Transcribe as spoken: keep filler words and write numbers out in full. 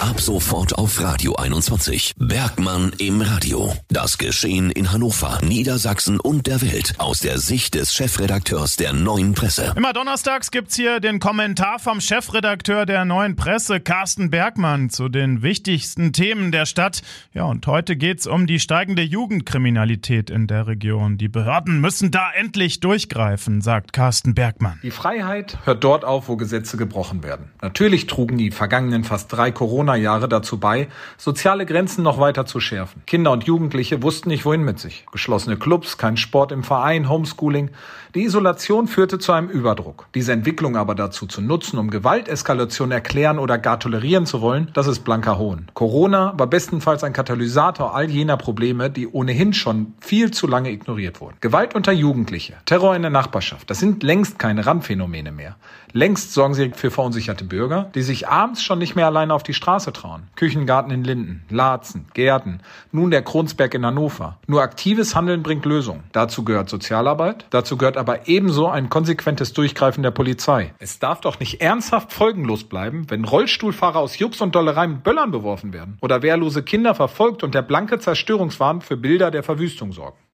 Ab sofort auf Radio einundzwanzig. Bergmann im Radio. Das Geschehen in Hannover, Niedersachsen und der Welt aus der Sicht des Chefredakteurs der Neuen Presse. Immer donnerstags gibt's hier den Kommentar vom Chefredakteur der Neuen Presse, Carsten Bergmann, zu den wichtigsten Themen der Stadt. Ja, und heute geht's um die steigende Jugendkriminalität in der Region. Die Behörden müssen da endlich durchgreifen, sagt Carsten Bergmann. Die Freiheit hört dort auf, wo Gesetze gebrochen werden. Natürlich trugen die vergangenen fast drei Corona-Jahre dazu bei, soziale Grenzen noch weiter zu schärfen. Kinder und Jugendliche wussten nicht, wohin mit sich. Geschlossene Clubs, kein Sport im Verein, Homeschooling. Die Isolation führte zu einem Überdruck. Diese Entwicklung aber dazu zu nutzen, um Gewalteskalation erklären oder gar tolerieren zu wollen, das ist blanker Hohn. Corona war bestenfalls ein Katalysator all jener Probleme, die ohnehin schon viel zu lange ignoriert wurden. Gewalt unter Jugendliche, Terror in der Nachbarschaft, das sind längst keine Randphänomene mehr. Längst sorgen sie für verunsicherte Bürger, die sich abends schon nicht mehr alleine auf die Straße trauen. Küchengarten in Linden, Laatzen, Gärten, nun der Kronsberg in Hannover. Nur aktives Handeln bringt Lösungen. Dazu gehört Sozialarbeit, dazu gehört aber ebenso ein konsequentes Durchgreifen der Polizei. Es darf doch nicht ernsthaft folgenlos bleiben, wenn Rollstuhlfahrer aus Jux und Dollerei mit Böllern beworfen werden oder wehrlose Kinder verfolgt und der blanke Zerstörungswahn für Bilder der Verwüstung sorgen.